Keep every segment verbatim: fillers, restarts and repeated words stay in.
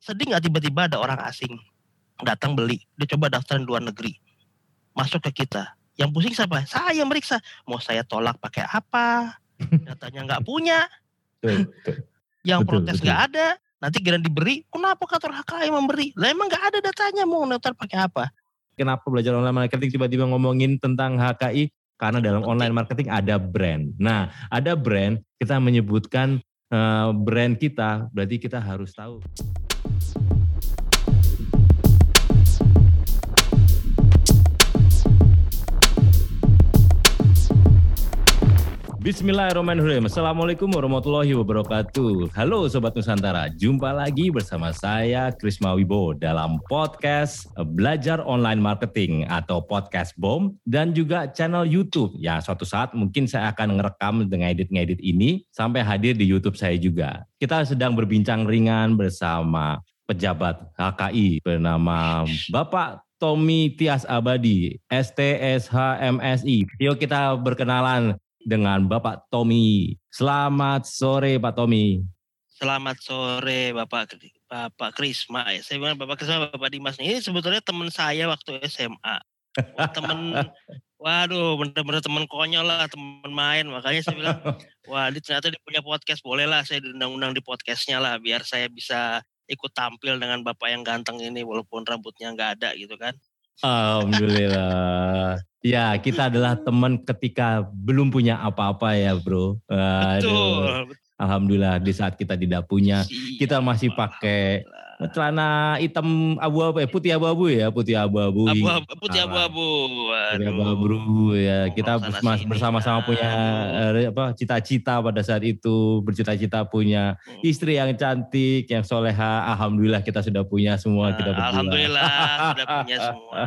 Sedih nggak tiba-tiba ada orang asing datang beli, dia coba daftar di luar negeri, masuk ke kita. Yang pusing siapa? Saya meriksa. Mau saya tolak pakai apa? Datanya nggak punya. Betul, betul. Yang Betul, protes betul. nggak ada. Nanti kira diberi, kenapa kantor H K I memberi? Lah emang nggak ada datanya, mau daftar pakai apa? Kenapa belajar online marketing tiba-tiba ngomongin tentang H K I? Karena dalam online marketing ada brand. Nah, ada brand, kita menyebutkan uh, brand kita, berarti kita harus tahu. Bismillahirrahmanirrahim. Assalamualaikum warahmatullahi wabarakatuh. Halo Sobat Nusantara, jumpa lagi bersama saya Krisma Wibowo dalam podcast Belajar Online Marketing atau Podcast B O M dan juga channel YouTube. Ya, suatu saat mungkin saya akan ngerekam dengan edit-ngedit ini sampai hadir di YouTube saya juga. Kita sedang berbincang ringan bersama pejabat H K I bernama Bapak Tommy Tias Abadi, S T S H M S I. Yuk kita berkenalan dengan Bapak Tommy. Selamat sore Pak Tommy. Selamat sore Bapak Bapak Krisma. Saya bilang Bapak Krisma, Bapak Dimas. Ini sebetulnya teman saya waktu S M A. Wah, teman, waduh bener-bener teman konyol lah, teman main. Makanya saya bilang, wah ini ternyata dia punya podcast. Boleh lah saya diundang-undang di podcastnya lah. Biar saya bisa ikut tampil dengan Bapak yang ganteng ini walaupun rambutnya nggak ada gitu kan. Alhamdulillah. Ya, kita adalah teman ketika belum punya apa-apa ya, Bro. Betul. Alhamdulillah di saat kita tidak punya, Siap, kita masih pakai celana hitam abu-abu, eh, putih abu-abu ya, putih abu-abu. Abu-abu, putih abu-abu. Putih abu-abu ya. Kita bersama-sama punya eh, apa cita-cita pada saat itu, bercita-cita punya hmm. istri yang cantik, yang soleha. Alhamdulillah kita sudah punya semua, kita berdua. Alhamdulillah sudah punya semua.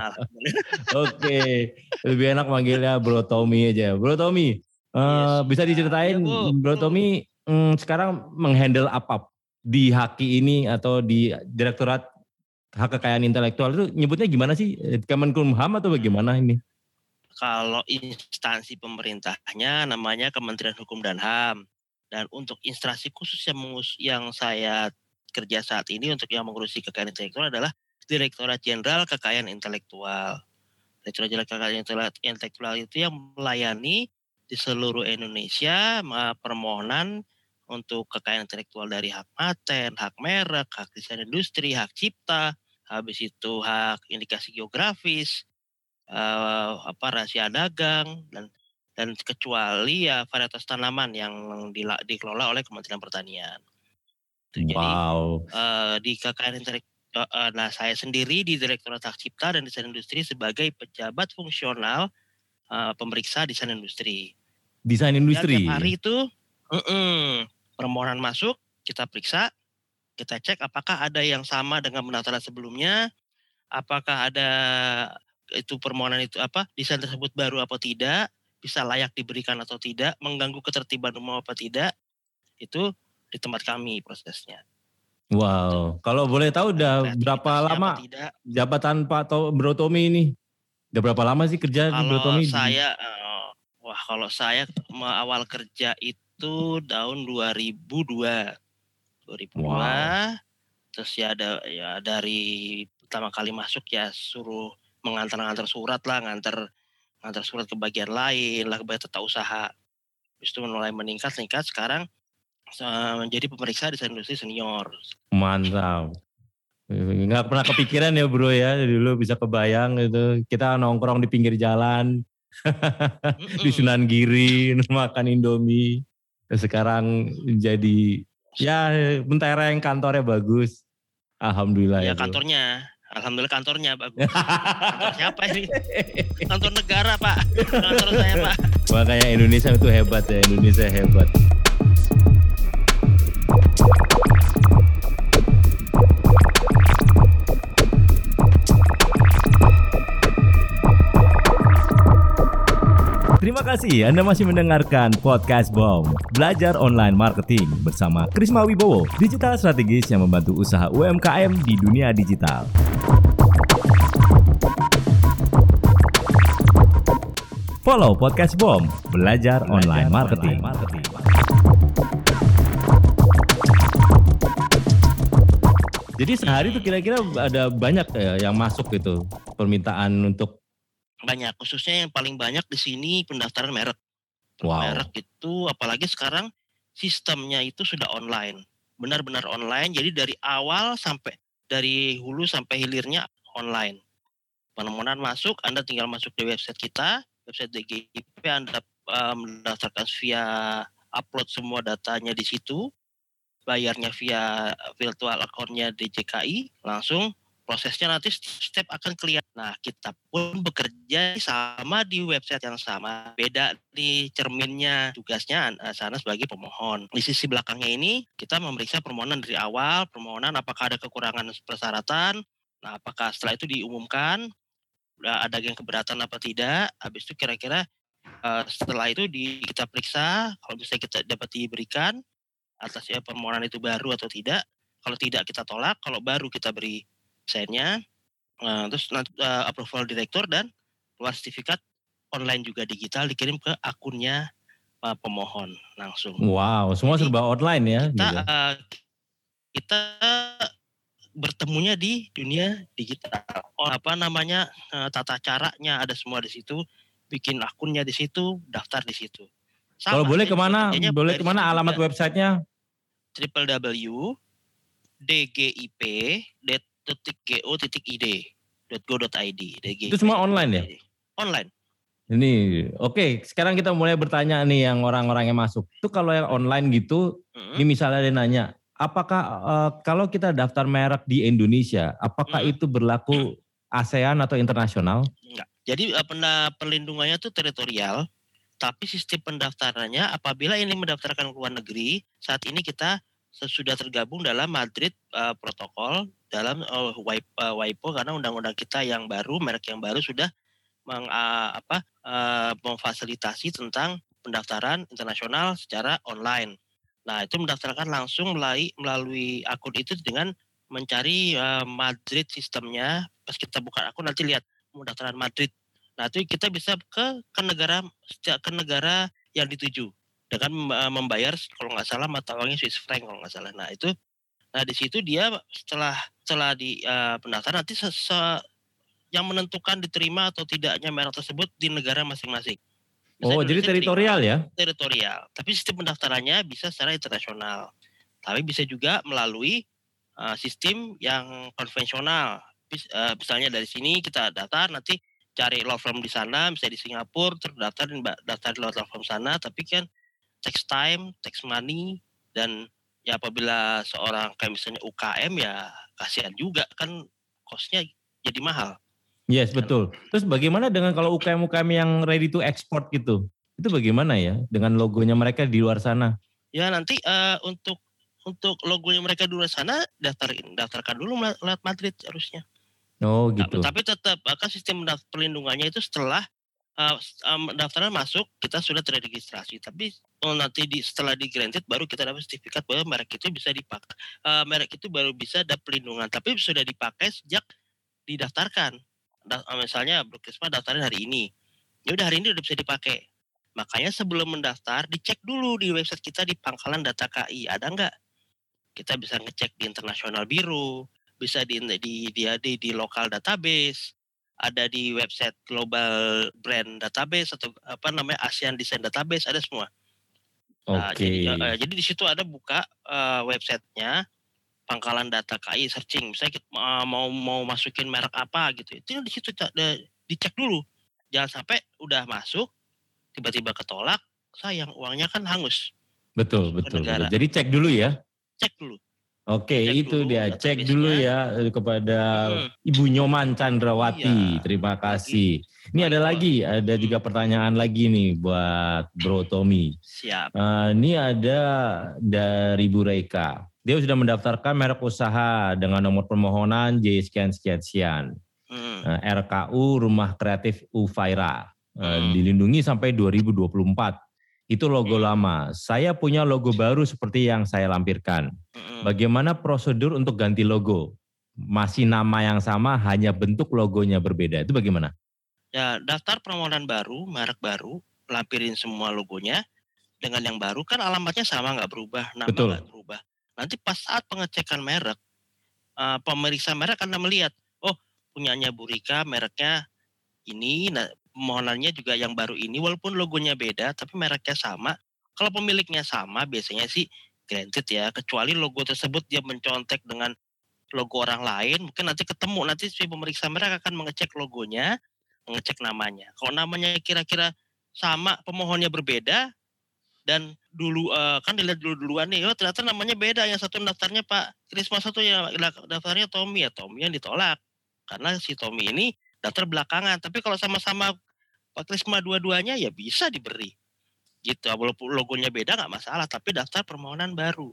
Oke, lebih enak manggilnya Bro Tommy aja. Bro Tommy, uh, yes, bisa diceritain ya, Bro Tommy um, sekarang menghandle apa di H K I ini atau di Direktorat Hak Kekayaan Intelektual itu nyebutnya gimana sih? Kemenkumham atau bagaimana ini? Kalau instansi pemerintahnya namanya Kementerian Hukum dan H A M. Dan untuk instansi khusus yang, mengus- yang saya kerja saat ini untuk yang mengurusi kekayaan intelektual adalah Direktorat Jenderal Kekayaan Intelektual. Direktorat Jenderal Kekayaan Intelektual itu yang melayani di seluruh Indonesia permohonan untuk kekayaan intelektual dari hak paten, hak merek, hak desain industri, hak cipta, habis itu hak indikasi geografis, uh, apa rahasia dagang dan dan kecuali ya varietas tanaman yang di, dikelola oleh Kementerian Pertanian. Jadi wow. uh, di kekayaan intelektual, uh, nah saya sendiri di Direktorat Hak Cipta dan Desain Industri sebagai pejabat fungsional uh, pemeriksa desain industri. Desain industri. Tiap hari itu uh-uh, permohonan masuk, kita periksa, kita cek apakah ada yang sama dengan pendaftaran sebelumnya, apakah ada itu permohonan itu apa desain tersebut baru apa tidak, bisa layak diberikan atau tidak, mengganggu ketertiban umum apa tidak, itu di tempat kami prosesnya. Wow, kalau boleh tahu udah berapa lama jabatan Pak to- Bro Tommy ini? Udah berapa lama sih kerja kalau Bro Tommy? Kalau saya, uh, wah kalau saya awal kerja itu itu tahun dua ribu dua. dua ribu dua. Wow. Terus ya ada ya dari pertama kali masuk ya suruh mengantar-ngantar surat lah, ngantar ngantar surat ke bagian lain lah, ke bagian tata usaha. Habis itu mulai meningkat meningkat sekarang uh, menjadi pemeriksa desain industri senior. Mantap. Nggak pernah kepikiran ya Bro ya, dulu bisa kebayang gitu. Kita nongkrong di pinggir jalan. Di Sunan Giri makan Indomie. Sekarang jadi ya mentereng, kantornya bagus. Alhamdulillah ya. Ya bro. kantornya, alhamdulillah kantornya bagus. Kantor siapa ini? Kantor negara Pak, kantor saya Pak. Makanya Indonesia itu hebat ya, Indonesia hebat. Terima kasih Anda masih mendengarkan Podcast B O M, Belajar Online Marketing bersama Krisma Wibowo, digital strategis yang membantu usaha U M K M di dunia digital. Follow Podcast B O M, Belajar, Belajar Online Marketing. Online Marketing. Jadi sehari itu kira-kira ada banyak ya yang masuk gitu permintaan untuk banyak, khususnya yang paling banyak di sini pendaftaran merek. wow. Merek itu apalagi sekarang sistemnya itu sudah online. Benar-benar online. Jadi dari awal sampai dari hulu sampai hilirnya online. Permohonan masuk, Anda tinggal masuk di website kita, website D G I P, Anda uh, mendaftarkan via upload semua datanya di situ. Bayarnya via virtual account-nya D J K I, langsung prosesnya nanti step akan kelihatan. Nah, kita pun bekerja sama di website yang sama. Beda di cerminnya, tugasnya sana sebagai pemohon. Di sisi belakangnya ini, kita memeriksa permohonan dari awal, permohonan apakah ada kekurangan persyaratan, nah apakah setelah itu diumumkan, ada yang keberatan apa tidak, habis itu kira-kira uh, setelah itu di, kita periksa, kalau misalnya kita dapat diberikan, atas ya permohonan itu baru atau tidak. Kalau tidak kita tolak, kalau baru kita beri sign-nya. Nah, terus nanti uh, approval direktur dan keluar sertifikat online juga digital dikirim ke akunnya uh, pemohon langsung. Wow, semua Jadi, serba online ya. Kita gitu. uh, kita bertemunya di dunia digital. Oh, apa namanya uh, tata caranya ada semua di situ, bikin akunnya di situ, daftar di situ. Kalau boleh kemana? Boleh kemana alamat websitenya? w w w titik d g i p titik go titik i d titik go titik i d. Itu semua online ya? Online. Ini oke. Okay. Sekarang kita mulai bertanya nih yang orang-orang yang masuk. Itu kalau yang online gitu, hmm. ini misalnya dia nanya, apakah uh, kalau kita daftar merek di Indonesia, apakah hmm. itu berlaku ASEAN atau internasional? Enggak. Jadi uh, perlindungannya itu teritorial. Tapi sistem pendaftarannya apabila ini mendaftarkan ke luar negeri, saat ini kita sudah tergabung dalam Madrid uh, protokol dalam uh, W I P O karena undang-undang kita yang baru, merek yang baru sudah meng, uh, apa, uh, memfasilitasi tentang pendaftaran internasional secara online. Nah, itu mendaftarkan langsung melalui, melalui akun itu dengan mencari uh, Madrid sistemnya. Pas kita buka akun nanti lihat pendaftaran Madrid. Nah, itu kita bisa ke ke negara ke negara yang dituju dengan membayar kalau nggak salah mata uangnya Swiss franc kalau nggak salah. Nah, itu nah di situ dia setelah setelah di uh, pendaftaran nanti se, se, yang menentukan diterima atau tidaknya merek tersebut di negara masing-masing. Misalnya oh, jadi teritorial terima, ya? Teritorial. Tapi sistem pendaftarannya bisa secara internasional. Tapi bisa juga melalui uh, sistem yang konvensional. Uh, misalnya dari sini kita daftar nanti cari law firm di sana, misalnya di Singapura, terdaftar daftar di law firm sana, tapi kan takes time, takes money, dan ya apabila seorang kayak misalnya U K M ya kasihan juga kan cost-nya jadi mahal. Yes, betul. Terus bagaimana dengan kalau U K M-U K M yang ready to export gitu? Itu bagaimana ya dengan logonya mereka di luar sana? Ya nanti uh, untuk untuk logonya mereka di luar sana daftarin, daftarkan dulu lewat Madrid harusnya. Oh gitu. Tapi tetap akan sistem perlindungannya itu setelah uh, um, daftaran masuk kita sudah terregistrasi. Tapi oh, nanti di, setelah di granted baru kita dapat sertifikat bahwa merek itu bisa dipakai. Uh, merek itu baru bisa dapat perlindungan. Tapi sudah dipakai sejak didaftarkan. Da, uh, misalnya Brukrisma daftarin hari ini. Ya udah hari ini udah bisa dipakai. Makanya sebelum mendaftar dicek dulu di website kita di Pangkalan Data K I ada nggak? Kita bisa ngecek di International Bureau. Bisa di di di, di di lokal database, ada di website Global Brand Database atau apa namanya ASEAN Design Database, ada semua. Nah, okay. jadi uh, jadi di situ ada buka uh, websitenya Pangkalan Data K I searching, misalnya kita, uh, mau mau masukin merek apa gitu, itu di situ dicek dulu, jangan sampai udah masuk tiba-tiba ketolak, sayang uangnya kan hangus. Betul betul, betul. Jadi cek dulu ya. Cek dulu. Oke, cek itu dia. Cek dulu ya kepada hmm. Ibu Nyoman Chandrawati. Iya. Terima kasih. Lagi. Ini ada lagi, ada hmm. juga pertanyaan lagi nih buat Bro Tommy. Siap. Uh, ini ada dari Bu Reika. Dia sudah mendaftarkan merek usaha dengan nomor permohonan J sekian sekian sekian. Hmm. Uh, R K U Rumah Kreatif Ufaira. Uh, hmm. Dilindungi sampai dua ribu dua puluh empat. Itu logo hmm. lama. Saya punya logo baru seperti yang saya lampirkan. Hmm. Bagaimana prosedur untuk ganti logo? Masih nama yang sama, hanya bentuk logonya berbeda. Itu bagaimana? Ya, daftar permohonan baru, merek baru, lampirin semua logonya. Dengan yang baru kan alamatnya sama, nggak berubah, nama nggak berubah. Nanti pas saat pengecekan merek, uh, pemeriksa merek akan melihat, oh punyanya Bu Rika mereknya ini, nah, permohonannya juga yang baru ini, walaupun logonya beda, tapi mereknya sama. Kalau pemiliknya sama, biasanya sih granted ya, kecuali logo tersebut dia mencontek dengan logo orang lain, mungkin nanti ketemu, nanti si pemeriksa merek akan mengecek logonya, mengecek namanya. Kalau namanya kira-kira sama, pemohonnya berbeda, dan dulu uh, kan dilihat dulu-duluan nih, oh ternyata namanya beda, yang satu daftarnya Pak Krisma, satu yang daftarnya Tommy, ya Tommy yang ditolak. Karena si Tommy ini daftar belakangan, tapi kalau sama-sama Pak Krisma dua-duanya ya bisa diberi. Gitu, walaupun logonya beda nggak masalah, tapi daftar permohonan baru.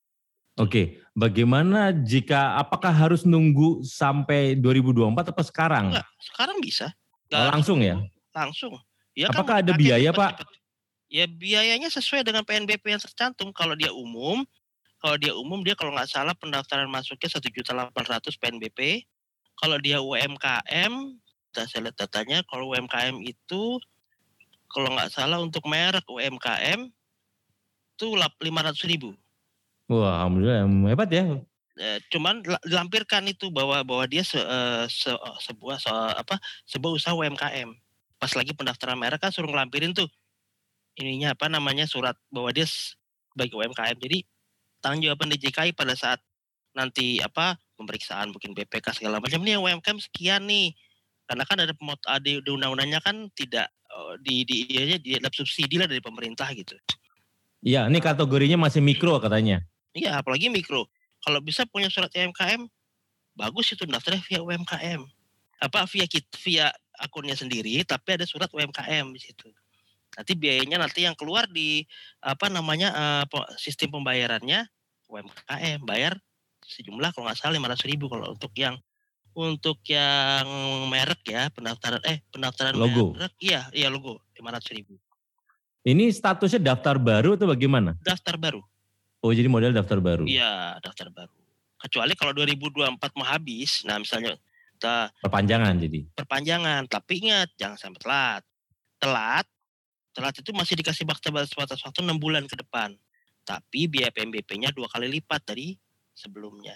Oke, bagaimana jika, apakah harus nunggu sampai dua ribu dua puluh empat atau sekarang? Enggak, sekarang bisa. Oh, langsung ya? Langsung. Ya apakah kan, ada biaya Pak? Cepet-cepet. Ya biayanya sesuai dengan P N B P yang tercantum. Kalau dia umum, kalau dia umum dia kalau nggak salah pendaftaran masuknya satu juta delapan ratus P N B P. Kalau dia U M K M, saya lihat datanya, kalau U M K M itu kalau nggak salah untuk merek U M K M itu lima ratus ribu. Wah, alhamdulillah hebat ya. E, cuman dilampirkan itu bahwa bahwa dia se, se, sebuah se, apa sebuah usaha U M K M. Pas lagi pendaftaran merek kan suruh ngelampirin tuh ininya apa namanya surat bahwa dia sebagai U M K M. Jadi tanggung jawaban D J K I pada saat nanti apa pemeriksaan mungkin B P K segala macam, nih U M K M sekian nih. Karena kan ada pemot di, di undang-undangnya kan tidak di di di, di dalam subsidi lah dari pemerintah gitu. Iya, ini kategorinya masih mikro katanya. Iya, apalagi mikro. Kalau bisa punya surat U M K M, bagus itu daftarnya via U M K M. Apa via kit via akunnya sendiri, tapi ada surat U M K M di situ. Nanti biayanya nanti yang keluar di apa namanya uh, sistem pembayarannya U M K M bayar sejumlah kalau nggak salah lima ratus ribu kalau untuk yang untuk yang merek ya pendaftaran eh pendaftaran logo. Merek iya iya logo lima ratus ribu. Ini statusnya daftar baru atau bagaimana? Daftar baru. Oh jadi model daftar baru. Iya daftar baru. Kecuali kalau dua ribu dua puluh empat mau habis, nah misalnya kita perpanjangan jadi. Perpanjangan, tapi ingat jangan sampai telat. Telat Telat itu masih dikasih batas waktu enam bulan ke depan. Tapi biaya P N B P-nya dua kali lipat dari sebelumnya.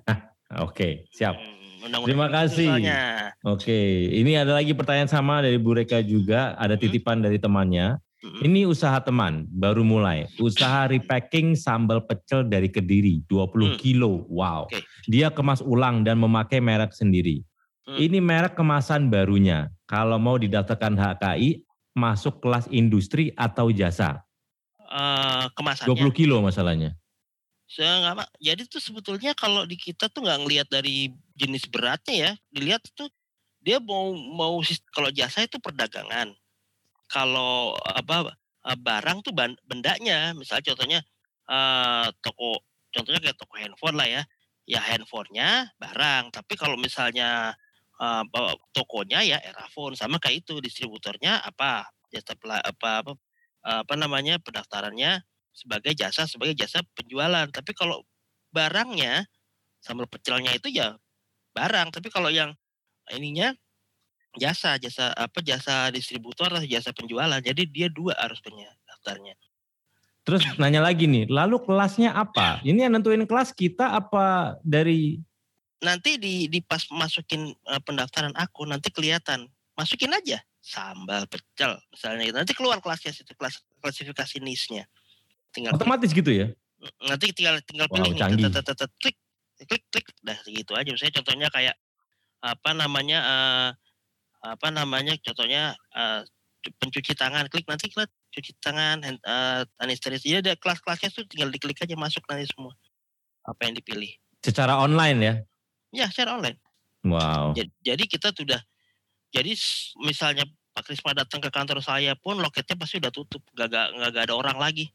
Oke, siap. Hmm, Terima kasih. Oke, ini ada lagi pertanyaan sama dari Bu Reka juga. Ada titipan hmm. dari temannya. Hmm. Ini usaha teman, baru mulai. Usaha repacking sambal pecel dari Kediri, dua puluh hmm. kilo. Wow. Okay. Dia kemas ulang dan memakai merek sendiri. Hmm. Ini merek kemasan barunya. Kalau mau didaftarkan H K I, masuk kelas industri atau jasa? Uh, kemasannya. dua puluh kilo masalahnya. Saya nggak, jadi tuh sebetulnya kalau di kita tuh nggak ngelihat dari jenis beratnya ya, dilihat tuh dia mau mau kalau jasa itu perdagangan. Kalau apa barang tuh bendanya, misalnya contohnya uh, toko, contohnya kayak toko handphone lah ya, ya handphonenya barang. Tapi kalau misalnya Uh, tokonya ya Erafone, sama kayak itu distributornya apa jasa apa apa apa namanya pendaftarannya sebagai jasa sebagai jasa penjualan. Tapi kalau barangnya sambal pecelnya itu ya barang, tapi kalau yang ininya jasa jasa apa jasa distributor atau jasa penjualan, jadi dia dua harus punya daftarnya. Terus nanya lagi nih, lalu kelasnya apa? Ini yang nentuin kelas kita apa dari nanti di, di pas masukin uh, pendaftaran akun nanti kelihatan, masukin aja sambal pecel misalnya gitu. Nanti keluar kelasnya situ, kelas klasifikasi niche-nya. Tinggal otomatis klik. Gitu ya? Nanti tinggal tinggal pilih wow, nih, tet, tet, tet, klik klik klik dah segitu aja. Misalnya contohnya kayak apa namanya uh, apa namanya contohnya uh, pencuci tangan, klik nanti klik cuci tangan hand uh, anestesis. Jadi ada kelas-kelasnya tuh tinggal diklik aja masuk nanti semua apa yang dipilih. Secara online ya? Ya, secara online. Wow. Jadi, jadi kita sudah, jadi misalnya Pak Krisma datang ke kantor saya pun loketnya pasti udah tutup, gak, gak, gak, gak ada orang lagi.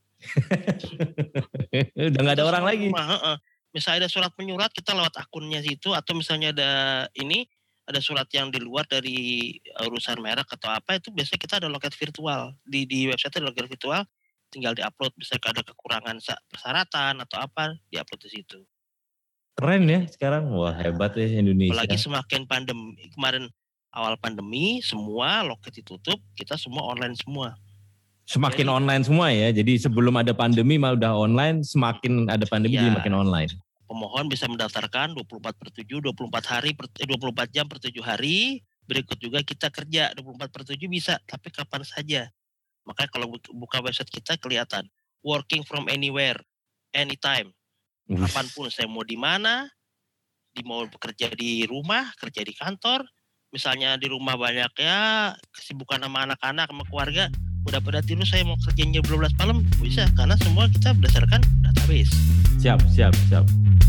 Udah gak ada orang lagi. Uh, uh. Misalnya ada surat menyurat, kita lewat akunnya situ, atau misalnya ada ini, ada surat yang di luar dari urusan merek atau apa, itu biasanya kita ada loket virtual. Di, di website ada loket virtual, tinggal di-upload, misalnya ada kekurangan persyaratan atau apa, di-upload di situ. Keren ya sekarang, wah hebat ya Indonesia. Apalagi semakin pandemi, kemarin awal pandemi semua loket ditutup, kita semua online semua. Semakin jadi, online semua ya, jadi sebelum ada pandemi malah udah online, semakin ada pandemi ya, jadi makin online. pemohon bisa mendaftarkan dua puluh empat per tujuh, dua puluh empat hari per, eh, dua puluh empat jam per tujuh hari. Berikut juga kita kerja dua puluh empat per tujuh bisa, tapi kapan saja. Makanya kalau buka website kita kelihatan working from anywhere, anytime. Kapanpun saya mau di mana, di mau bekerja di rumah, kerja di kantor. Misalnya di rumah banyak ya kesibukan sama anak-anak, sama keluarga. Udah pada tidur saya mau kerja jam dua belas malam, bisa. Karena semua kita berdasarkan database. Siap, siap, siap.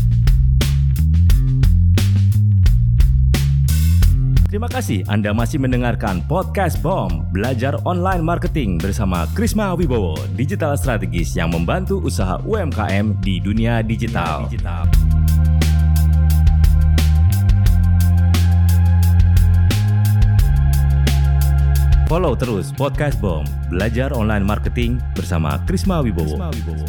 Terima kasih Anda masih mendengarkan Podcast B O M, Belajar Online Marketing bersama Krisma Wibowo, digital strategis yang membantu usaha U M K M di dunia digital. digital. Follow terus Podcast B O M, Belajar Online Marketing bersama Krisma Wibowo. Krisma Wibowo.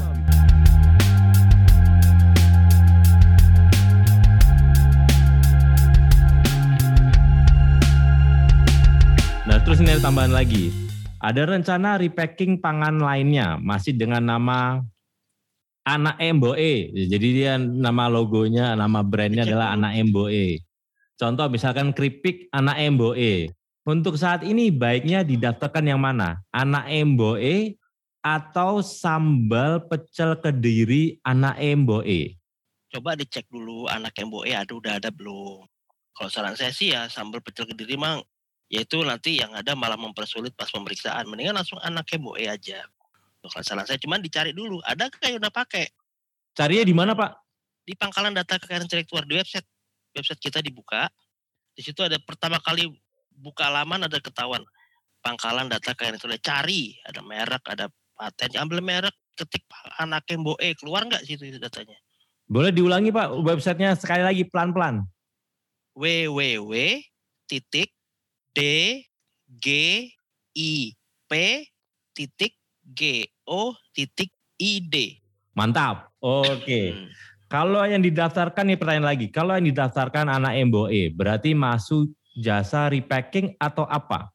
Nah, terus ini ada tambahan lagi. Ada rencana repacking pangan lainnya masih dengan nama Anak Emboe. Jadi dia nama logonya, nama brandnya adalah Anak Emboe. Contoh misalkan keripik Anak Emboe. Untuk saat ini baiknya didaftarkan yang mana? Anak Emboe atau sambal pecel Kediri Anak Emboe? Coba dicek dulu Anak Emboe ada udah ada belum. Kalau saran saya sih ya sambal pecel Kediri mang yaitu nanti yang ada malah mempersulit pas pemeriksaan. Mendingan langsung Anak Emboe aja. Kalau saran saya cuman dicari dulu, ada kayak udah pakai. Carinya di mana, Pak? Di pangkalan data kekayaan intelektual di website. Website kita dibuka. Di situ ada pertama kali buka halaman ada ketahuan pangkalan data kekayaan intelektual. Cari, ada merek, ada paten, ambil merek, ketik Anak Emboe, keluar nggak situ datanya? Boleh diulangi, Pak, websitenya sekali lagi pelan-pelan. www titik D G I P titik G O titik I D. Mantap. Oke. Okay. Hmm. Kalau yang didaftarkan nih pertanyaan lagi. Kalau yang didaftarkan Anak Emboe berarti masuk jasa repacking atau apa?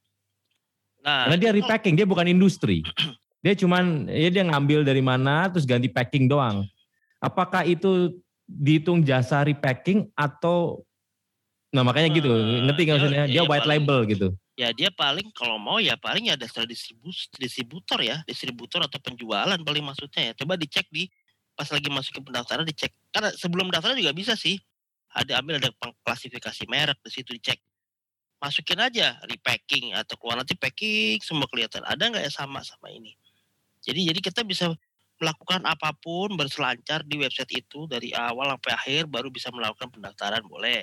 Nah, karena dia repacking, dia bukan industri. Dia cuman ya dia ngambil dari mana terus ganti packing doang. Apakah itu dihitung jasa repacking atau nah makanya gitu, uh, ngerti nggak maksudnya? Dia ya, white paling, label gitu. Ya dia paling kalau mau ya paling ya ada distributor ya, distributor atau penjualan paling maksudnya ya. Coba dicek di pas lagi masuk ke pendaftaran dicek. Karena sebelum pendaftaran juga bisa sih. Ada ambil ada klasifikasi merek di situ dicek. Masukin aja repacking atau keluar nanti packing semua kelihatan. Ada nggak ya sama sama ini. Jadi jadi kita bisa melakukan apapun berselancar di website itu dari awal sampai akhir baru bisa melakukan pendaftaran boleh.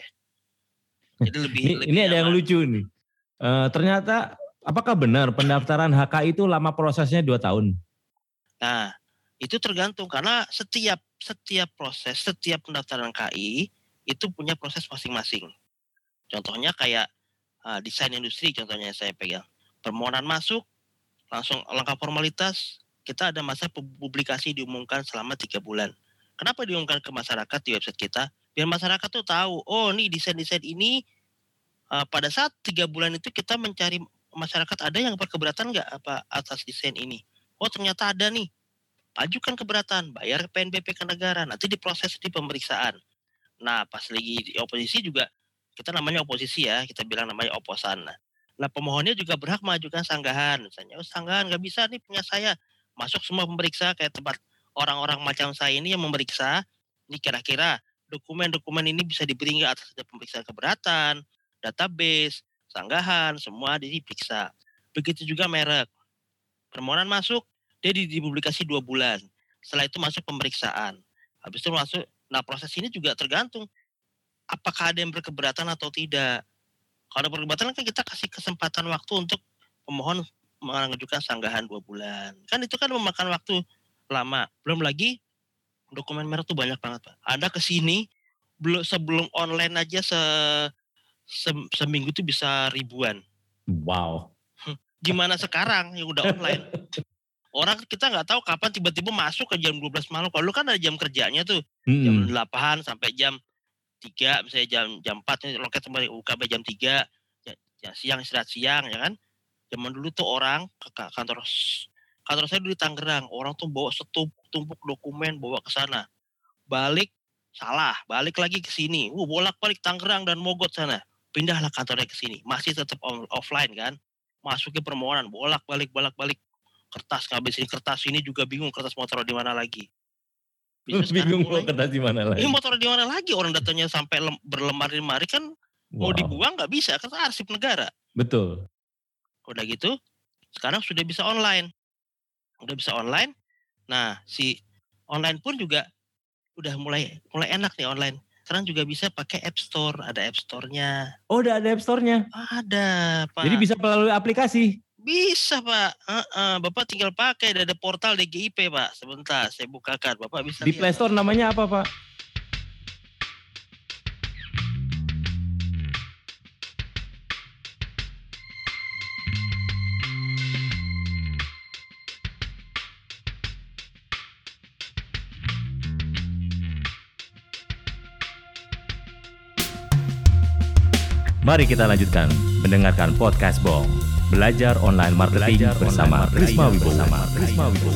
Jadi lebih, ini, lebih ini ada yang lucu nih. Uh, ternyata apakah benar pendaftaran H K I itu lama prosesnya dua tahun? Nah, itu tergantung karena setiap setiap proses, setiap pendaftaran K I itu punya proses masing-masing. Contohnya kayak uh, desain industri, contohnya saya pegang. Permohonan masuk, langsung lengkap formalitas, kita ada masa publikasi diumumkan selama tiga bulan. Kenapa diumumkan ke masyarakat di website kita? Biar masyarakat tuh tahu, oh nih desain-desain ini uh, pada saat tiga bulan itu kita mencari masyarakat ada yang berkeberatan nggak apa atas desain ini. Oh ternyata ada nih, ajukan keberatan, bayar P N B P ke negara, nanti diproses di pemeriksaan. Nah pas lagi di oposisi juga, kita namanya oposisi ya, kita bilang namanya oposan. Nah, nah pemohonnya juga berhak mengajukan sanggahan, misalnya oh sanggahan nggak bisa nih punya saya, masuk semua pemeriksa kayak tempat orang-orang macam saya ini yang memeriksa, ini kira-kira dokumen-dokumen ini bisa diberi nggak atas pemeriksaan keberatan, database, sanggahan, semua diperiksa. Begitu juga merek. Permohonan masuk, dia dipublikasi dua bulan. Setelah itu masuk pemeriksaan. Habis itu masuk, nah proses ini juga tergantung apakah ada yang berkeberatan atau tidak. Kalau ada berkeberatan kan kita kasih kesempatan waktu untuk pemohon mengajukan sanggahan dua bulan. Kan itu kan memakan waktu lama. Belum lagi dokumen merek tuh banyak banget, Pak. Anda ke sini belum sebelum online aja se, se seminggu tuh bisa ribuan. Wow. Gimana sekarang yang udah online? Orang kita nggak tahu kapan tiba-tiba masuk ke jam dua belas malam. Kalau kan ada jam kerjanya tuh. Hmm. Jam delapan sampai jam tiga, misalnya jam jam empat loket kembali buka sampai jam tiga. Ya, ya, siang istirahat siang ya kan. Zaman dulu tuh orang ke kantor kantor saya dulu di Tangerang, orang tuh bawa setumpuk-tumpuk dokumen bawa ke sana. Balik Salah, balik lagi ke sini. Uh, bolak-balik Tangerang dan Mogot sana. Pindahlah kantornya ke sini. Masih tetap offline kan. Masukin permohonan, bolak-balik, bolak-balik. Kertas ngabisin kertas, ini juga bingung kertas mau taruh di mana lagi. Bisa bingung mau kertas di mana lagi. Ini mau taruh di mana lagi, orang datanya sampai lem, berlemari-lemari kan. Wow. Mau dibuang nggak bisa, kan arsip negara. Betul. Udah gitu, sekarang sudah bisa online. Udah bisa online. Nah, si online pun juga udah mulai mulai enak nih online. Sekarang juga bisa pakai App Store, ada App Store-nya. Oh, udah ada App Store-nya? Ada, Pak. Jadi bisa melalui aplikasi? Bisa, Pak. Uh-uh. Bapak tinggal pakai, ada portal D G I P, Pak. Sebentar, saya bukakan. Bapak bisa di lihat. Play Store Pak. Namanya apa, Pak? Mari kita lanjutkan mendengarkan podcast Bong. Belajar online marketing Belajar bersama Krisma Wibowo. Bersama Krisma Wibowo.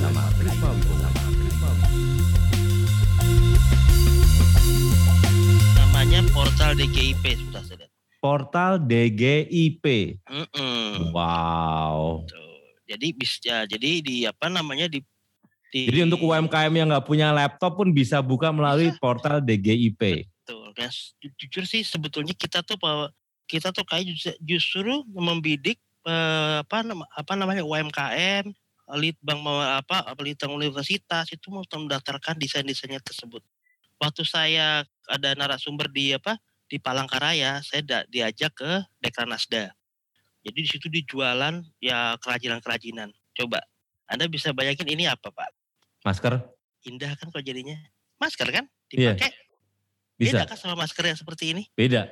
Namanya portal D G I P, sudah saya lihat. Portal D G I P. Mm-mm. Wow. Tuh. Jadi bisa, jadi di apa namanya di, di Jadi untuk U M K M yang nggak punya laptop pun bisa buka melalui bisa. Portal D G I P. Betul. Nah, jujur sih sebetulnya kita tuh bahwa kita tuh kayak justru membidik eh, apa apa namanya U M K M, litbang apa litbang universitas itu mau mendaftarkan desain-desainnya tersebut. Waktu saya ada narasumber di apa di Palangkaraya, saya da, diajak ke Dekranasda. Jadi di situ dijualan ya kerajinan-kerajinan. Coba Anda bisa bayangin ini apa, Pak? Masker. Indah kan kalau jadinya. Masker kan dipakai. Iya. Bisa. Beda kan sama masker yang seperti ini? Beda.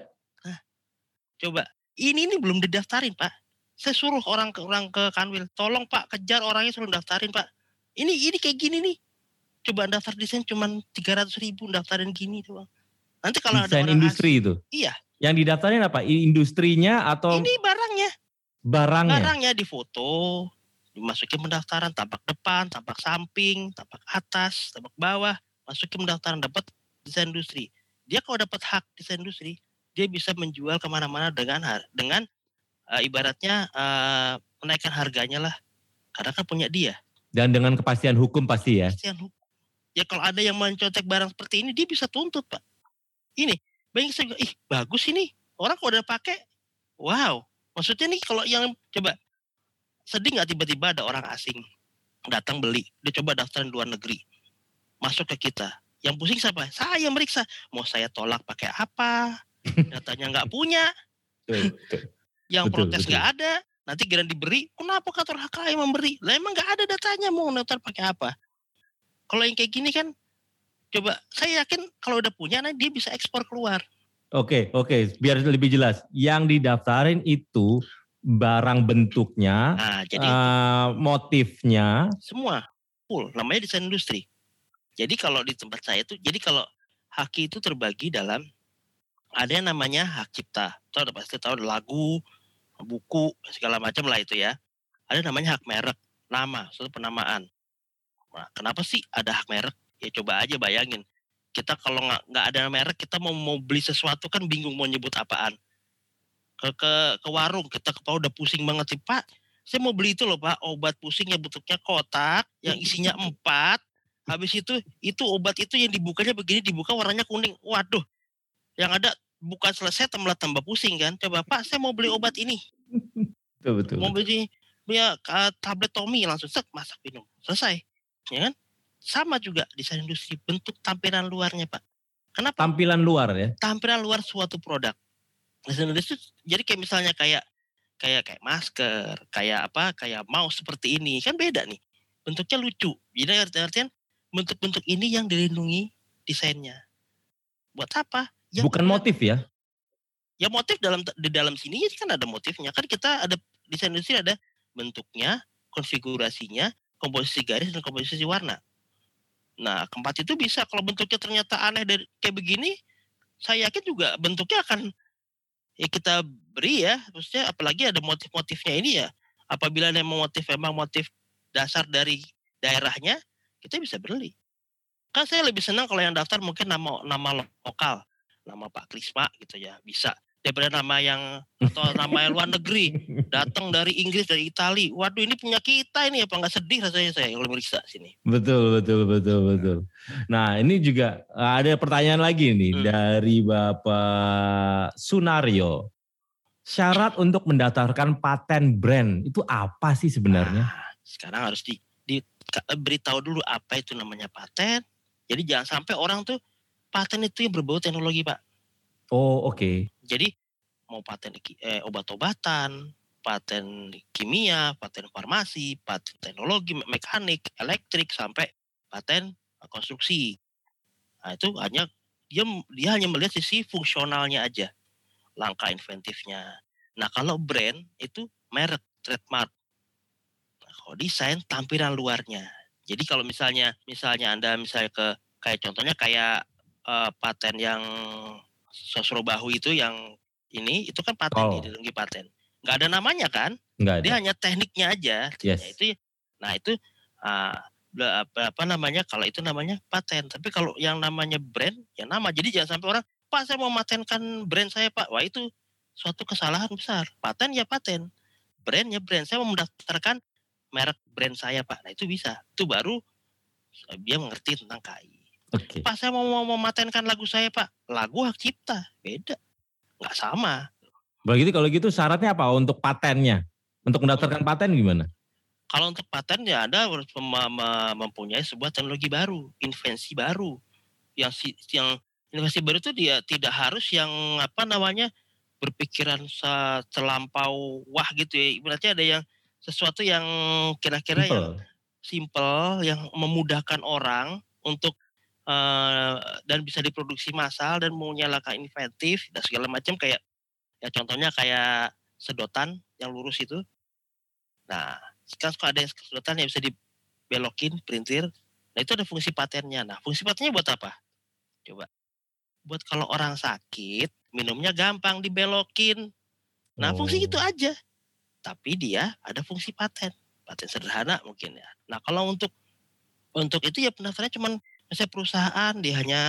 Coba, ini ini belum didaftarin, Pak. Saya suruh orang ke orang ke Kanwil, tolong Pak kejar orangnya suruh daftarin, Pak. Ini ini kayak gini nih. Coba daftar desain cuma tiga ratus ribu daftarin gini doang. Nanti kalau desain ada orang industri asli, itu. Iya. Yang didaftarin apa? Industrinya atau ini barangnya. Barangnya. Barangnya difoto, dimasukin pendaftaran, tampak depan, tampak samping, tampak atas, tampak bawah, masukin pendaftaran dapat desain industri. Dia kalau dapat hak desain industri, dia bisa menjual kemana-mana dengan dengan uh, ibaratnya uh, menaikkan harganya lah, karena kan punya dia. Dan dengan kepastian hukum pasti ya. Kepastian hukum. Ya kalau ada yang mencontek barang seperti ini, dia bisa tuntut, Pak. Ini banyak saya, ih bagus ini, orang kalau udah pakai, wow. Maksudnya nih kalau yang coba sedih nggak tiba-tiba ada orang asing datang beli, dia coba daftar di luar negeri, masuk ke kita. Yang pusing siapa? Saya meriksa. Mau saya tolak pakai apa? Datanya nggak punya, betul, betul. yang betul, protes nggak ada, nanti kira diberi, kenapa kantor H K I memberi? Lah emang nggak ada datanya, mau daftar pakai apa? Kalau yang kayak gini kan, coba saya yakin kalau udah punya, nanti dia bisa ekspor keluar. Oke, oke, biar lebih jelas, yang didaftarin itu barang bentuknya, nah, jadi uh, motifnya, semua full, namanya desain industri. Jadi kalau di tempat saya tuh, jadi kalau haki itu terbagi dalam ada yang namanya hak cipta, tahu udah pasti tahu lagu, buku segala macam lah itu ya. Ada namanya hak merek, nama, suatu penamaan. Nah, kenapa sih ada hak merek? Ya coba aja bayangin, kita kalau nggak nggak ada merek, kita mau mau beli sesuatu kan bingung mau nyebut apaan. Ke ke ke warung kita ke udah pusing banget sih Pak. Saya mau beli itu loh Pak, obat pusingnya bentuknya kotak, yang isinya empat. Habis itu, itu obat itu yang dibukanya begini, dibuka warnanya kuning. Waduh, yang ada bukan selesai tambah tambah pusing kan. Coba Pak, saya mau beli obat ini. Betul, betul. Mau beli punya uh, tablet Tommy, langsung set masak minum. Selesai. Ya kan? Sama juga desain industri, bentuk tampilan luarnya Pak. Kenapa? Tampilan luar ya? Tampilan luar suatu produk. Desain industri jadi kayak misalnya kayak kayak kayak masker, kayak apa? Kayak mouse seperti ini. Kan beda nih. Bentuknya lucu. Jadi artinya bentuk-bentuk ini yang dilindungi desainnya. Buat apa? Yang bukan motif ya? Ya motif dalam di dalam sini kan ada motifnya. Kan kita ada desain industri ada bentuknya, konfigurasinya, komposisi garis dan komposisi warna. Nah, keempat itu bisa kalau bentuknya ternyata aneh dari kayak begini, saya yakin juga bentuknya akan ya kita beri ya. Maksudnya apalagi ada motif-motifnya ini ya. Apabila ada motif memang motif dasar dari daerahnya, kita bisa beli. Kan saya lebih senang kalau yang daftar mungkin nama nama lokal, nama Pak Krisma gitu ya, bisa. Daripada nama yang atau nama yang luar negeri, datang dari Inggris, dari Itali. Waduh, ini punya kita ini, apa nggak sedih rasanya saya kalau meriksa sini. Betul, betul, betul, betul. Nah, ini juga ada pertanyaan lagi nih hmm. dari Bapak Sunario. Syarat untuk mendaftarkan paten brand itu apa sih sebenarnya? Nah, sekarang harus di, di beritahu dulu apa itu namanya paten. Jadi jangan sampai orang tuh paten itu yang berbau teknologi, Pak. Oh, oke. Okay. Jadi mau paten eh, obat-obatan, paten kimia, paten farmasi, paten teknologi, mekanik, elektrik, sampai paten konstruksi. Nah, itu hanya dia dia hanya melihat sisi fungsionalnya aja, langkah inventifnya. Nah, kalau brand itu merek, trademark. Nah, kalau desain tampilan luarnya. Jadi kalau misalnya misalnya Anda misalnya ke kayak contohnya kayak uh, paten yang Sosro Bahu itu yang ini itu kan paten oh. nih, dilengkapi paten. Nggak ada namanya kan? Nggak ada. Dia hanya tekniknya aja. Yes. Nah, itu nah itu uh, apa, apa namanya? Kalau itu namanya paten. Tapi kalau yang namanya brand, ya nama. Jadi jangan sampai orang, Pak saya mau matenkan brand saya Pak. Wah itu suatu kesalahan besar. Paten ya paten, brand ya brand. Saya mau mendaftarkan merek brand saya Pak. Nah itu bisa. Itu baru dia mengerti tentang K I. Okay. Pak saya mau mematenkan lagu saya Pak, lagu hak cipta, beda, nggak sama. Begitu kalau gitu syaratnya apa untuk patennya? Untuk mendaftarkan paten gimana? Kalau untuk paten ya Anda harus mem- mem- mempunyai sebuah teknologi baru, invensi baru. Yang yang invensi baru itu dia tidak harus yang apa namanya berpikiran terlampau wah gitu ya. Berarti ada yang sesuatu yang kira-kira simple. yang simple, yang memudahkan orang untuk Uh, dan bisa diproduksi massal dan mempunyai langkah inventif dan segala macam, kayak ya contohnya kayak sedotan yang lurus itu. Nah sekarang suka ada yang sedotan yang bisa dibelokin printir. Nah itu ada fungsi patennya. Nah fungsi patennya buat apa? Coba buat kalau orang sakit minumnya gampang dibelokin. Nah oh. fungsi itu aja. Tapi dia ada fungsi paten, paten sederhana mungkin ya. Nah kalau untuk untuk itu ya pendaftarannya cuman misalnya perusahaan dia hanya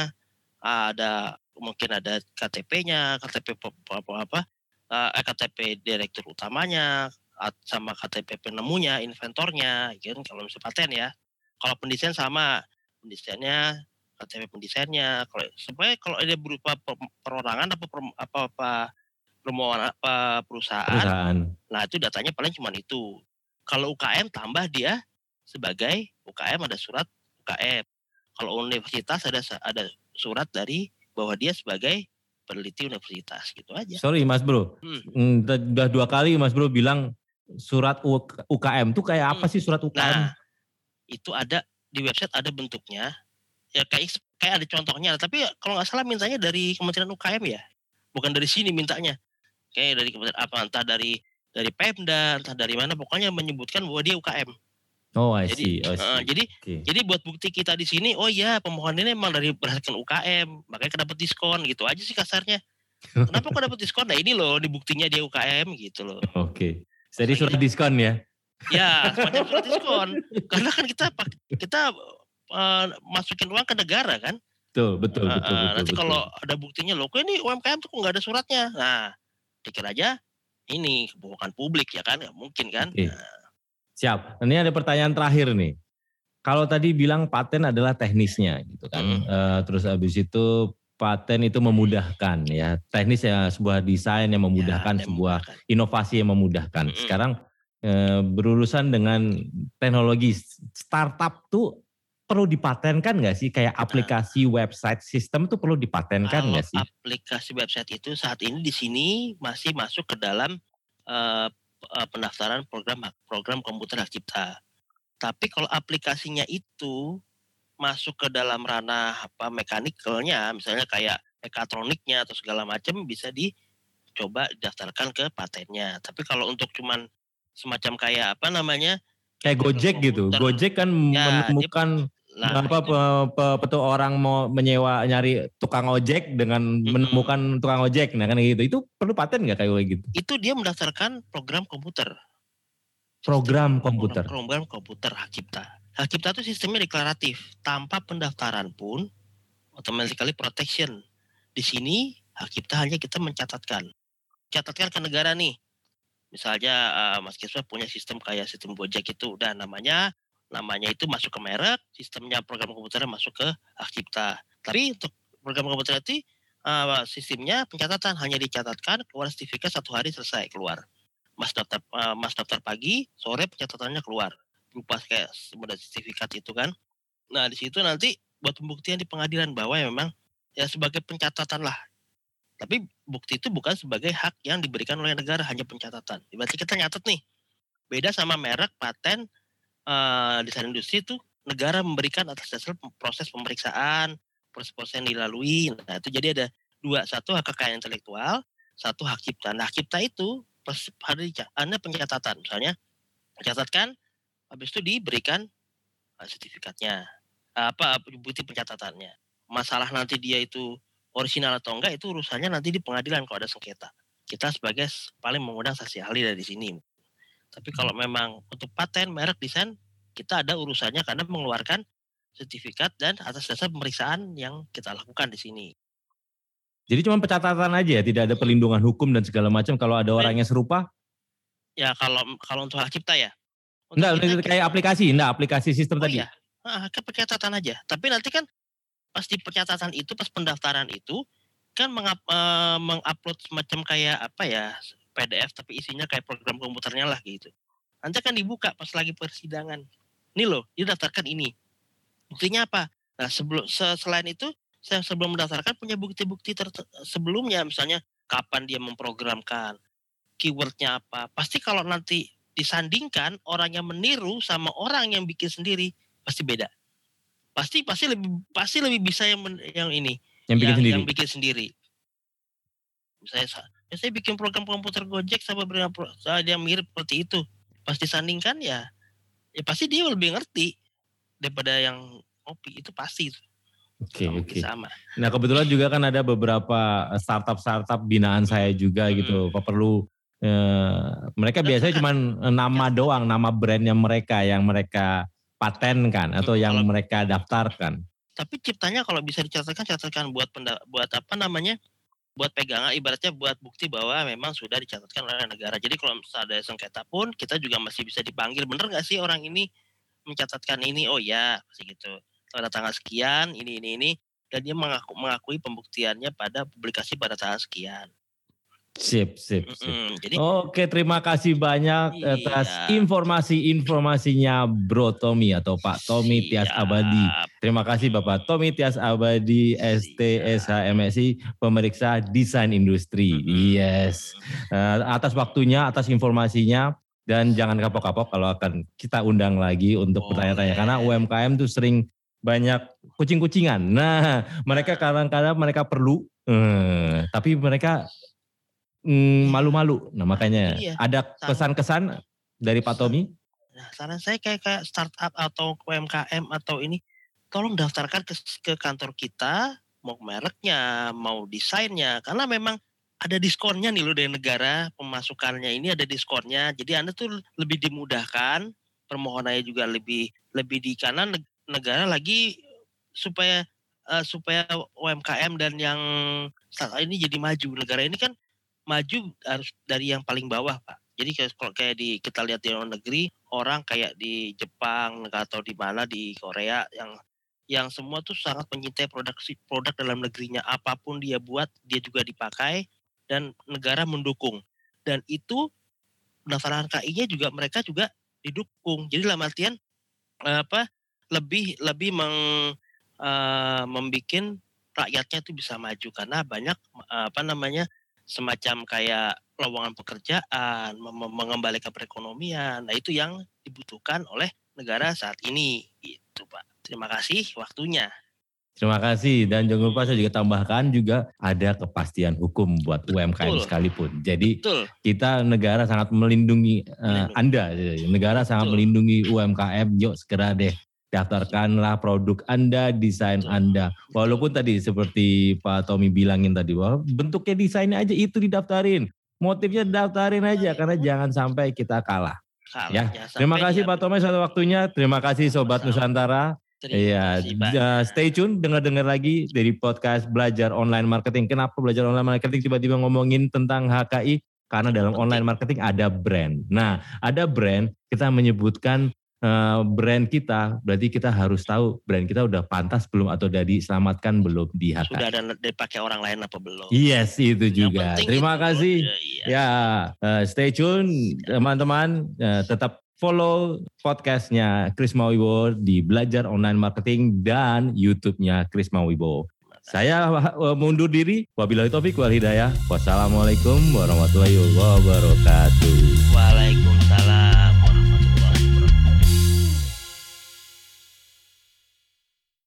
ada mungkin ada K T P-nya, K T P apa-apa, eh, K T P direktur utamanya, sama K T P penemunya, inventornya, gitu kalau misalnya paten ya. Kalau pendesain sama, pendesainnya, K T P pendesainnya. Kalau sebenarnya kalau ada berupa perorangan apa apa apa permohonan apa perusahaan, perusahaan, nah itu datanya paling cuma itu. Kalau U K M tambah dia sebagai U K M ada surat U K M. Kalau universitas ada ada surat dari bahwa dia sebagai peneliti universitas, gitu aja. Sorry Mas Bro, hmm. udah dua kali Mas Bro bilang surat U K M tuh kayak apa hmm. sih surat U K M? Nah, itu ada di website ada bentuknya, ya kayak kayak ada contohnya. Tapi kalau nggak salah mintanya dari Kementerian U K M ya, bukan dari sini mintanya. Kayak dari Kementerian apa entah dari dari Pemda, entah dari mana, pokoknya menyebutkan bahwa dia U K M. Oh, I see. Jadi, I see. Uh, jadi, okay. jadi buat bukti kita di sini, oh iya pemohon ini memang dari berdasarkan U K M, makanya dapat diskon gitu aja sih kasarnya. Kenapa kok dapat diskon? Nah ini loh, di buktinya dia U K M gitu loh. Oke. Okay. Jadi surat diskon ya? Ya, semacam surat diskon. Karena kan kita kita uh, masukin uang ke negara kan. Betul, betul, uh, betul. Uh, betul nanti betul. kalau ada buktinya loh, kok ini U M K M tuh kok nggak ada suratnya. Nah, pikir aja ini kebohongan publik ya kan, nggak mungkin kan. Okay. Nah, siap. Ini ada pertanyaan terakhir nih. Kalau tadi bilang paten adalah teknisnya gitu kan. Hmm. Uh, terus habis itu paten itu memudahkan ya. Teknis ya sebuah desain yang memudahkan, ya, sebuah memudahkan. Inovasi yang memudahkan. Hmm. Sekarang uh, berurusan dengan teknologi startup tuh perlu dipatenkan nggak sih? Kayak aplikasi nah, website sistem tuh perlu dipatenkan nggak sih? Aplikasi website itu saat ini di sini masih masuk ke dalam uh, pendaftaran program program komputer hak cipta. Tapi kalau aplikasinya itu masuk ke dalam ranah apa mekanikalnya, misalnya kayak mekatroniknya atau segala macam, bisa dicoba daftarkan ke patennya. Tapi kalau untuk cuman semacam kayak apa namanya? Kayak Gojek komputer, gitu. Gojek kan ya, menemukan nah, apa pe, pe, petu orang mau menyewa nyari tukang ojek dengan mm-hmm. menemukan tukang ojek, nah kan gitu. Itu perlu paten nggak kayak gitu? Itu dia mendaftarkan program komputer. Program komputer. Program, program komputer hak cipta. Hak cipta itu sistemnya deklaratif, tanpa pendaftaran pun automatically protection. Di sini hak cipta hanya kita mencatatkan, catatkan ke negara nih. Misalnya uh, Mas Kiswa punya sistem kayak sistem Gojek itu, udah namanya namanya itu masuk ke merek, sistemnya program komputernya masuk ke hak cipta. Tapi untuk program komputer itu uh, sistemnya pencatatan hanya dicatatkan, keluar sertifikat satu hari selesai keluar. Mas daftar uh, Mas daftar pagi, sore pencatatannya keluar. Berupa kayak sebuah sertifikat itu kan. Nah di situ nanti buat pembuktian di pengadilan bahwa memang ya sebagai pencatatan lah. Tapi bukti itu bukan sebagai hak yang diberikan oleh negara, hanya pencatatan. Berarti kita nyatet nih. Beda sama merek, paten, uh, desain industri itu negara memberikan atas dasar proses pemeriksaan, proses-proses yang dilalui. Nah itu jadi ada dua, satu hak kekayaan intelektual, satu hak cipta. Nah hak cipta itu ada pencatatan. Misalnya mencatatkan, habis itu diberikan uh, sertifikatnya, apa bukti pencatatannya. Masalah nanti dia itu orisinal atau enggak itu urusannya nanti di pengadilan kalau ada sengketa. Kita sebagai paling mengundang saksi ahli dari sini. Tapi kalau memang untuk paten, merek, desain, kita ada urusannya karena mengeluarkan sertifikat dan atas dasar pemeriksaan yang kita lakukan di sini. Jadi cuma pencatatan aja ya, tidak ada perlindungan hukum dan segala macam kalau ada orangnya serupa? Ya kalau kalau untuk hak cipta ya. Untuk enggak, kayak aplikasi, enggak aplikasi sistem oh tadi. Iya. Nah, ke pencatatan aja. Tapi nanti kan pas di pencatatan itu, pas pendaftaran itu kan mengap, uh, mengupload semacam kayak apa ya, P D F tapi isinya kayak program komputernya lah gitu. Nanti kan dibuka pas lagi persidangan. Ini loh, dia daftarkan ini. Buktinya apa? Nah sebelum selain itu, saya sebelum mendaftarkan punya bukti-bukti ter- sebelumnya, misalnya kapan dia memprogramkan, keywordnya apa. Pasti kalau nanti disandingkan orang yang meniru sama orang yang bikin sendiri pasti beda. Pasti pasti lebih pasti lebih bisa yang men, yang ini yang bikin yang, sendiri. Yang bikin sendiri. Saya saya bikin program komputer Gojek sama dia mirip seperti itu. Pas disandingkan ya, ya pasti dia lebih ngerti daripada yang kopi itu pasti. Oke, okay, oke. Okay. Nah kebetulan juga kan ada beberapa startup-startup binaan saya juga hmm. gitu. Kok perlu eh, mereka biasanya cuma nama doang, nama brandnya mereka yang mereka patenkan atau hmm, yang kalau, mereka daftarkan. Tapi ciptanya kalau bisa dicatatkan, catatkan buat penda, buat apa namanya? Buat pegangan, ibaratnya buat bukti bahwa memang sudah dicatatkan oleh negara. Jadi kalau ada sengketa pun kita juga masih bisa dipanggil. Bener nggak sih orang ini mencatatkan ini? Oh ya, masih gitu. Pada tanggal sekian, ini, ini, ini. Dan dia mengaku, mengakui pembuktiannya pada publikasi pada tanggal sekian. Sip, sip, sip. Mm-hmm. Jadi, Oke, terima kasih banyak iya. atas informasi-informasinya Bro Tommy atau Pak Tommy Tias Abadi. Terima kasih Bapak Tommy Tias Abadi, S T S H M S I, pemeriksa desain industri. Mm-hmm. Yes. Uh, atas waktunya, atas informasinya. Dan jangan kapok-kapok kalau akan kita undang lagi untuk oh, bertanya-tanya. Karena U M K M tuh sering banyak kucing-kucingan. Nah, mereka kadang-kadang mereka perlu, eh, tapi mereka mm, malu-malu. Nah, makanya iya. ada pesan-kesan dari Pak Tommy. Nah, saran saya kayak kayak startup atau U M K M atau ini, tolong daftarkan ke, ke kantor kita, mau mereknya, mau desainnya, karena memang ada diskonnya nih loh dari negara, pemasukannya ini ada diskonnya. Jadi Anda tuh lebih dimudahkan, permohonannya juga lebih lebih di kanan negara lagi supaya uh, supaya U M K M dan yang startup ini jadi maju. Negara ini kan maju harus dari yang paling bawah, Pak. Jadi kalau kayak di kita lihat di luar negeri, orang kayak di Jepang atau di mana di Korea yang yang semua tuh sangat mencintai produk produk dalam negerinya, apapun dia buat dia juga dipakai dan negara mendukung. Dan itu pendaftaran K I-nya juga mereka juga didukung. Jadi dalam artian apa lebih lebih meng uh, membikin rakyatnya itu bisa maju karena banyak uh, apa namanya semacam kayak lowongan pekerjaan, mem- mengembalikan perekonomian. Nah, itu yang dibutuhkan oleh negara saat ini. Itu, Pak. Terima kasih waktunya. Terima kasih, dan jangan lupa saya juga tambahkan juga ada kepastian hukum buat U M K M Betul. sekalipun. Jadi Betul. kita negara sangat melindungi uh, Anda, negara sangat Betul. melindungi U M K M. Yuk segera deh daftarkanlah produk Anda, desain Betul. Anda. Walaupun tadi seperti Pak Tommy bilangin tadi bahwa bentuknya desainnya aja itu didaftarin, motifnya daftarin aja karena jangan sampai kita kalah. Ya, terima kasih Pak Tommy atas waktunya. Terima kasih Sobat Nusantara. Iya, uh, stay tune, dengar-dengar lagi dari podcast Belajar Online Marketing. Kenapa Belajar Online Marketing tiba-tiba ngomongin tentang H K I? Karena dalam online marketing ada brand. Nah, ada brand, kita menyebutkan uh, brand kita, berarti kita harus tahu brand kita udah pantas belum atau udah diselamatkan belum di H K I. Sudah ada dipakai orang lain apa belum? Yes, itu juga. Terima itu, kasih. Iya. Ya, uh, stay tune teman-teman, uh, tetap follow podcastnya Kris Mawibo di Belajar Online Marketing dan YouTube-nya Kris Mawibo. Saya uh, mundur diri. Wabillahi taufik wal hidayah. Wassalamualaikum warahmatullahi wabarakatuh. Waalaikumsalam.